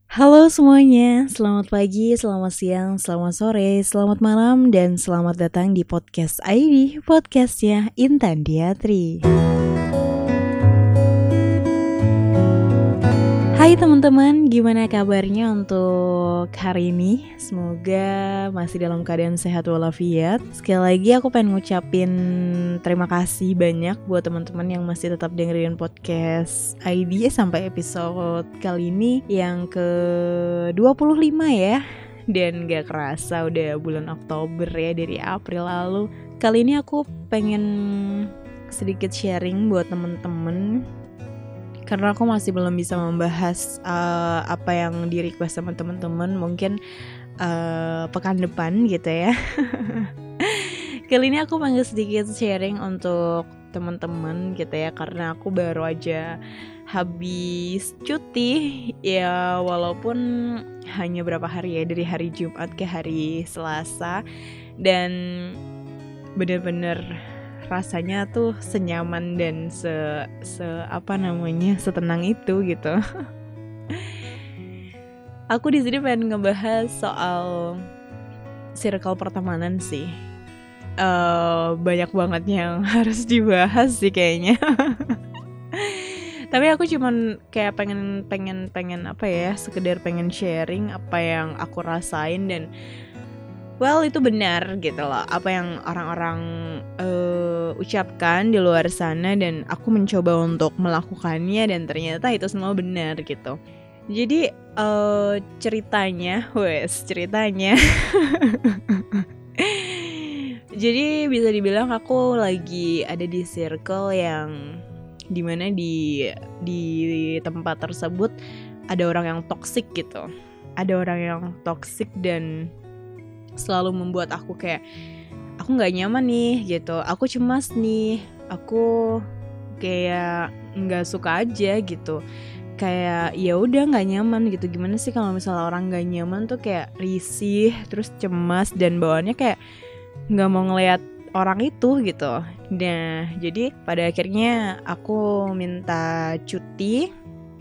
Halo semuanya, selamat pagi, selamat siang, selamat sore, selamat malam, dan selamat datang di podcast ID, podcastnya Intan Diatri. Hai teman-teman, gimana kabarnya untuk hari ini? Semoga masih dalam keadaan sehat walafiat. Sekali lagi aku pengen ngucapin terima kasih banyak buat teman-teman yang masih tetap dengerin podcast ID sampai episode kali ini yang ke-25 ya. Dan gak kerasa udah bulan Oktober ya, dari April lalu. Kali ini aku pengen sedikit sharing buat teman-teman karena aku masih belum bisa membahas apa yang di request sama teman-teman. Mungkin pekan depan gitu ya. Kali ini aku pengen sedikit sharing untuk teman-teman gitu ya, karena aku baru aja habis cuti ya, walaupun hanya berapa hari ya, dari hari Jumat ke hari Selasa, dan bener-bener rasanya tuh senyaman dan setenang itu gitu. Aku di sini pengen ngebahas soal circle pertemanan sih. Banyak banget yang harus dibahas sih kayaknya. Tapi aku cuman kayak pengen apa ya, sekedar pengen sharing apa yang aku rasain, dan well itu benar gitu loh, apa yang orang-orang ucapkan di luar sana, dan aku mencoba untuk melakukannya dan ternyata itu semua benar gitu. Jadi ceritanya jadi bisa dibilang aku lagi ada di circle yang dimana di tempat tersebut ada orang yang toksik gitu. Ada orang yang toksik dan selalu membuat aku kayak aku nggak nyaman nih gitu, aku cemas nih, aku kayak nggak suka aja gitu, kayak ya udah nggak nyaman gitu. Gimana sih kalau misalnya orang nggak nyaman tuh kayak risih, terus cemas, dan bawaannya kayak nggak mau ngelihat orang itu gitu. Nah jadi pada akhirnya aku minta cuti.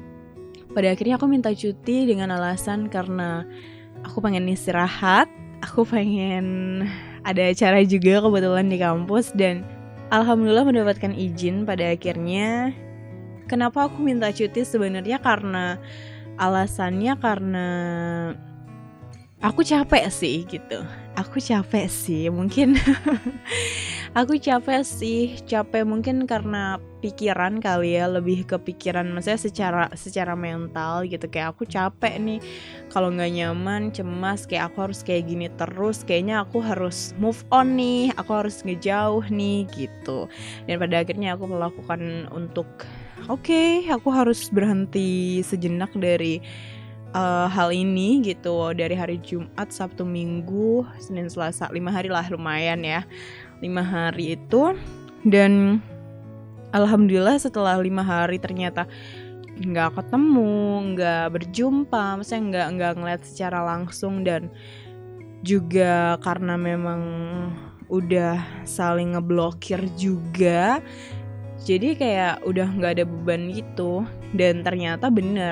Dengan alasan karena aku pengen istirahat, aku pengen ada acara juga kebetulan di kampus, dan alhamdulillah mendapatkan izin pada akhirnya. Kenapa aku minta cuti? Sebenarnya karena alasannya karena aku capek sih gitu. Mungkin aku capek mungkin karena pikiran kali ya, lebih ke pikiran, maksudnya secara mental gitu. Kayak aku capek nih kalau nggak nyaman, cemas, kayak aku harus kayak gini terus, kayaknya aku harus move on nih, aku harus ngejauh nih gitu. Dan pada akhirnya aku melakukan untuk aku harus berhenti sejenak dari hal ini gitu, dari hari Jumat, Sabtu, Minggu, Senin, Selasa, 5 hari lah, lumayan ya, 5 hari itu. Dan alhamdulillah setelah 5 hari ternyata nggak ketemu, nggak berjumpa, maksudnya nggak ngeliat secara langsung, dan juga karena memang udah saling ngeblokir juga, jadi kayak udah nggak ada beban gitu. Dan ternyata bener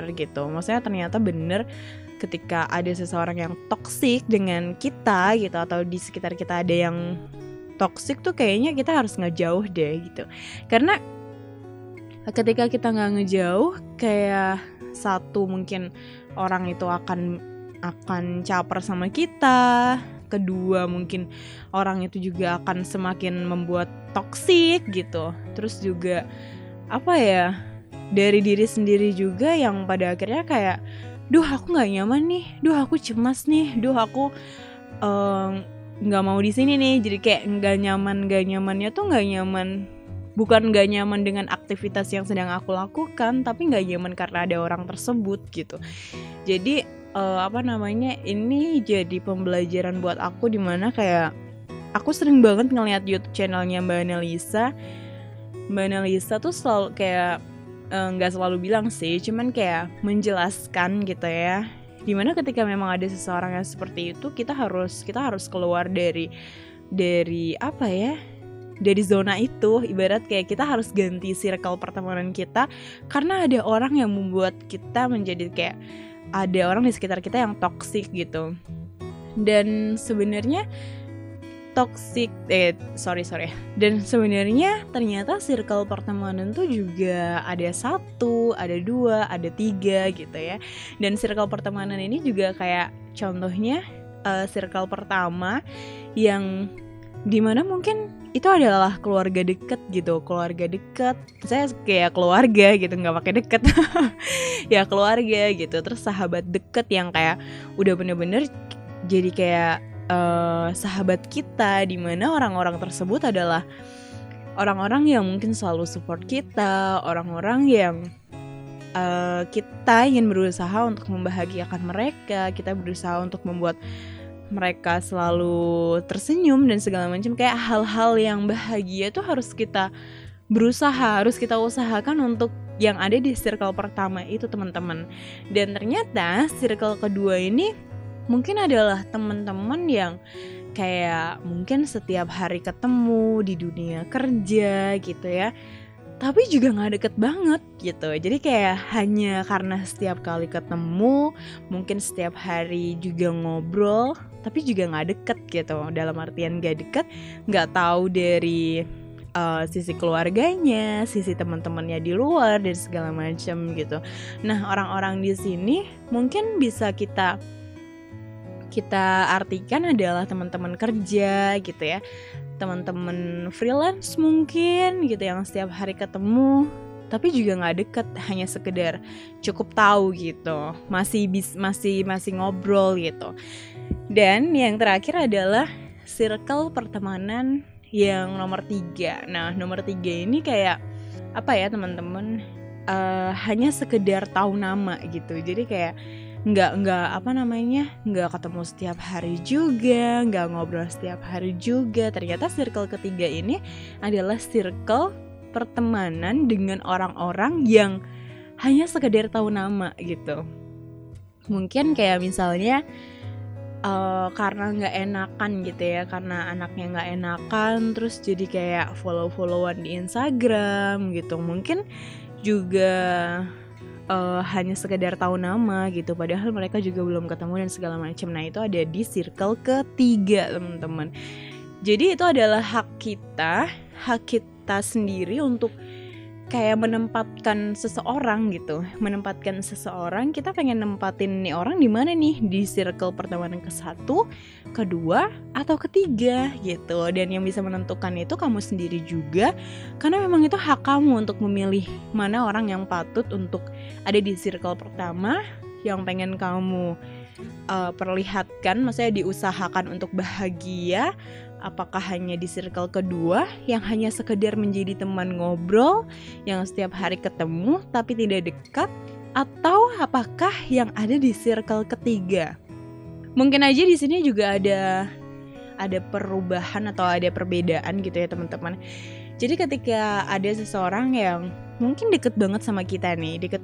ketika ada seseorang yang toksik dengan kita gitu, atau di sekitar kita ada yang toksik tuh kayaknya kita harus ngejauh deh gitu. Karena ketika kita nggak ngejauh, kayak satu, mungkin orang itu akan caper sama kita. Kedua, mungkin orang itu juga akan semakin membuat toksik gitu. Terus juga dari diri sendiri juga yang pada akhirnya kayak, duh aku nggak nyaman nih, duh aku cemas nih, duh aku nggak mau di sini nih. Jadi kayak nyamannya tuh nggak nyaman, bukan nggak nyaman dengan aktivitas yang sedang aku lakukan, tapi nggak nyaman karena ada orang tersebut gitu. Jadi ini jadi pembelajaran buat aku, dimana kayak aku sering banget ngeliat YouTube channelnya Mbak Annalisa tuh selalu kayak nggak selalu bilang sih, cuman kayak menjelaskan gitu ya, dimana ketika memang ada seseorang yang seperti itu, kita harus keluar dari zona itu. Ibarat kayak kita harus ganti circle pertemanan kita, karena ada orang yang membuat kita menjadi kayak ada orang di sekitar kita yang toksik gitu. Dan sebenarnya dan sebenarnya ternyata circle pertemanan tuh juga ada 1, ada 2, ada 3 gitu ya. Dan circle pertemanan ini juga kayak contohnya circle pertama yang dimana mungkin itu adalah keluarga deket gitu, saya kayak keluarga gitu, nggak pakai deket ya keluarga gitu. Terus sahabat deket yang kayak udah bener-bener jadi kayak sahabat kita, dimana orang-orang tersebut adalah orang-orang yang mungkin selalu support kita, orang-orang yang kita ingin berusaha untuk membahagiakan mereka, kita berusaha untuk membuat mereka selalu tersenyum dan segala macam. Kayak hal-hal yang bahagia tuh harus kita usahakan untuk yang ada di circle pertama itu, teman-teman. Dan ternyata circle kedua ini mungkin adalah teman-teman yang kayak mungkin setiap hari ketemu di dunia kerja gitu ya, tapi juga gak deket banget gitu. Jadi kayak hanya karena setiap kali ketemu, mungkin setiap hari juga ngobrol, tapi juga gak deket gitu. Dalam artian gak deket, gak tahu dari sisi keluarganya, sisi teman-temannya di luar dan segala macam gitu. Nah, orang-orang di sini mungkin bisa kita artikan adalah teman-teman kerja gitu ya, teman-teman freelance mungkin gitu yang setiap hari ketemu tapi juga nggak deket, hanya sekedar cukup tahu gitu, masih ngobrol gitu. Dan yang terakhir adalah circle pertemanan yang nomor 3. Nah, nomor 3 ini kayak apa ya teman-teman, hanya sekedar tahu nama gitu. Jadi kayak nggak ketemu setiap hari juga, nggak ngobrol setiap hari juga. Ternyata circle ketiga ini adalah circle pertemanan dengan orang-orang yang hanya sekedar tahu nama gitu. Mungkin kayak misalnya karena nggak enakan gitu ya, karena anaknya nggak enakan, terus jadi kayak follow-followan di Instagram gitu. Mungkin juga hanya sekedar tahu nama gitu, padahal mereka juga belum ketemu dan segala macam. Nah, itu ada di circle ketiga, teman-teman. Jadi itu adalah hak kita sendiri untuk kayak menempatkan seseorang gitu. Kita pengen nempatin nih orang di mana nih, di circle pertemanan ke-1, kedua, atau ketiga gitu. Dan yang bisa menentukan itu kamu sendiri juga, karena memang itu hak kamu untuk memilih mana orang yang patut untuk ada di circle pertama, yang pengen kamu perlihatkan, maksudnya diusahakan untuk bahagia. Apakah hanya di circle kedua yang hanya sekedar menjadi teman ngobrol yang setiap hari ketemu tapi tidak dekat, atau apakah yang ada di circle ketiga? Mungkin aja di sini juga ada perubahan atau ada perbedaan gitu ya, teman-teman. Jadi ketika ada seseorang yang mungkin deket banget sama kita,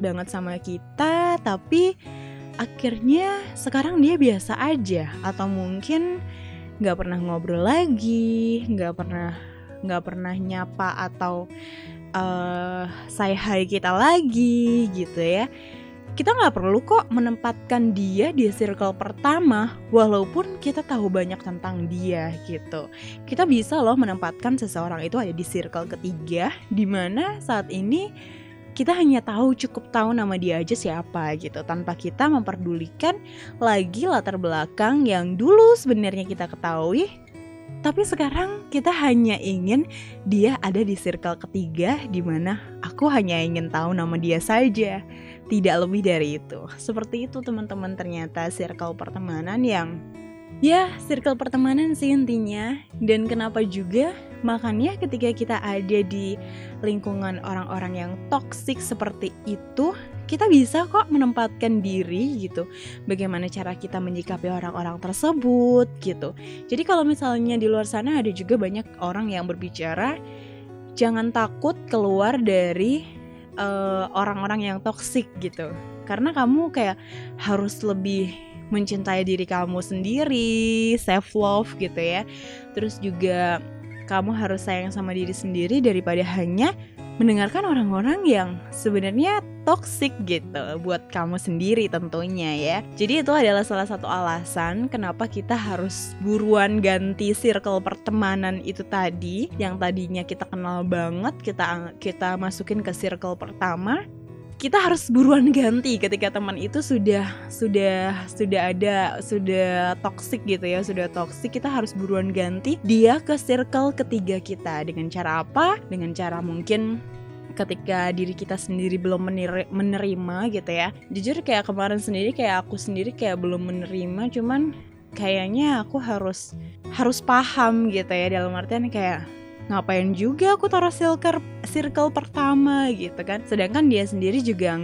tapi akhirnya sekarang dia biasa aja, atau mungkin nggak pernah ngobrol lagi, nggak pernah nyapa atau say hi kita lagi gitu ya. Kita nggak perlu kok menempatkan dia di circle pertama, walaupun kita tahu banyak tentang dia gitu. Kita bisa loh menempatkan seseorang itu ada di circle ketiga, dimana saat ini kita hanya cukup tahu nama dia aja siapa gitu, tanpa kita memperdulikan lagi latar belakang yang dulu sebenarnya kita ketahui, tapi sekarang kita hanya ingin dia ada di circle ketiga, dimana aku hanya ingin tahu nama dia saja, tidak lebih dari itu. Seperti itu, teman-teman, ternyata circle pertemanan yang circle pertemanan sih intinya. Dan kenapa juga makanya ketika kita ada di lingkungan orang-orang yang toksik seperti itu, kita bisa kok menempatkan diri gitu, bagaimana cara kita menyikapi orang-orang tersebut gitu. Jadi kalau misalnya di luar sana ada juga banyak orang yang berbicara, jangan takut keluar dari orang-orang yang toksik gitu, karena kamu kayak harus lebih mencintai diri kamu sendiri, self love gitu ya. Terus juga kamu harus sayang sama diri sendiri daripada hanya mendengarkan orang-orang yang sebenarnya toxic gitu buat kamu sendiri tentunya ya. Jadi itu adalah salah satu alasan kenapa kita harus buruan ganti circle pertemanan itu tadi, yang tadinya kita kenal banget, kita masukin ke circle pertama. Kita harus buruan ganti ketika teman itu sudah toxic gitu ya, sudah toxic, kita harus buruan ganti dia ke circle ketiga kita. Dengan cara apa? Dengan cara mungkin ketika diri kita sendiri belum menerima gitu ya. Jujur kayak kemarin sendiri, kayak aku sendiri kayak belum menerima, cuman kayaknya aku harus paham gitu ya, dalam artian kayak ngapain juga aku taruh circle pertama gitu kan, sedangkan dia sendiri juga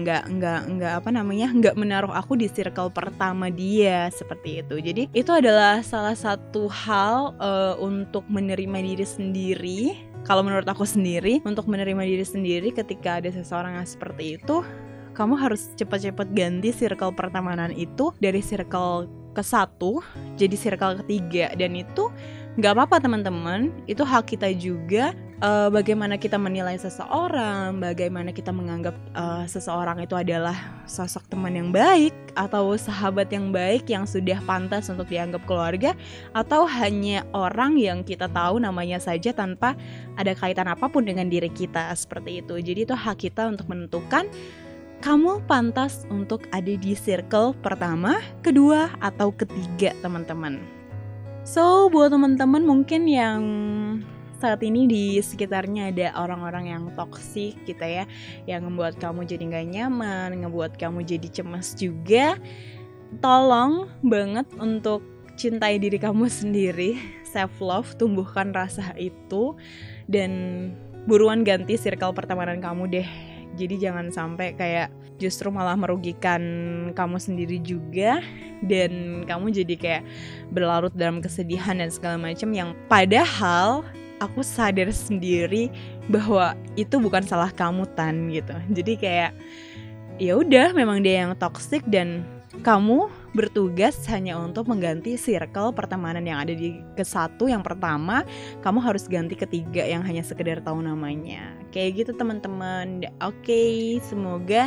nggak menaruh aku di circle pertama dia, seperti itu. Jadi itu adalah salah satu hal untuk menerima diri sendiri. Kalau menurut aku sendiri, untuk menerima diri sendiri ketika ada seseorang yang seperti itu, kamu harus cepat-cepat ganti circle pertemanan itu dari circle ke-1 jadi circle ketiga. Dan itu nggak apa-apa teman-teman, itu hak kita juga. Bagaimana kita menilai seseorang, bagaimana kita menganggap seseorang itu adalah sosok teman yang baik atau sahabat yang baik yang sudah pantas untuk dianggap keluarga, atau hanya orang yang kita tahu namanya saja tanpa ada kaitan apapun dengan diri kita, seperti itu. Jadi itu hak kita untuk menentukan kamu pantas untuk ada di circle pertama, kedua, atau ketiga, teman-teman. So, buat teman-teman mungkin yang saat ini di sekitarnya ada orang-orang yang toksik gitu ya, yang membuat kamu jadi gak nyaman, ngebuat kamu jadi cemas juga, tolong banget untuk cintai diri kamu sendiri, self love, tumbuhkan rasa itu, dan buruan ganti circle pertemanan kamu deh. Jadi jangan sampai kayak justru malah merugikan kamu sendiri juga, dan kamu jadi kayak berlarut dalam kesedihan dan segala macam, yang padahal aku sadar sendiri bahwa itu bukan salah kamu Tan gitu. Jadi kayak ya udah, memang dia yang toksik dan kamu bertugas hanya untuk mengganti circle pertemanan yang ada di ke-1 yang pertama, kamu harus ganti ketiga yang hanya sekedar tahu namanya. Kayak gitu teman-teman. Oke, semoga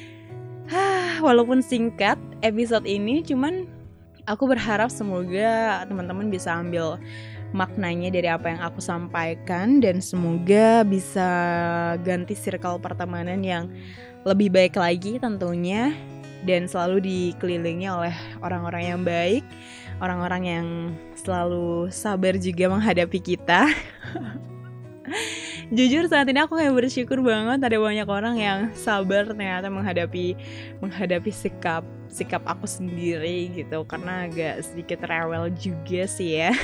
walaupun singkat episode ini, cuman aku berharap semoga teman-teman bisa ambil maknanya dari apa yang aku sampaikan, dan semoga bisa ganti circle pertemanan yang lebih baik lagi tentunya, dan selalu dikelilingi oleh orang-orang yang baik, orang-orang yang selalu sabar juga menghadapi kita. Jujur saat ini aku kayak bersyukur banget ada banyak orang yang sabar ternyata menghadapi sikap aku sendiri gitu, karena agak sedikit rewel juga sih ya.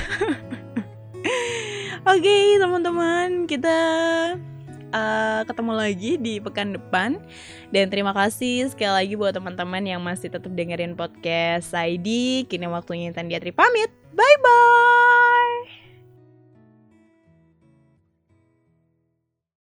Oke, teman-teman, kita ketemu lagi di pekan depan. Dan terima kasih sekali lagi buat teman-teman yang masih tetap dengerin podcast ID. Kini waktunya Intan Diatri pamit. Bye-bye.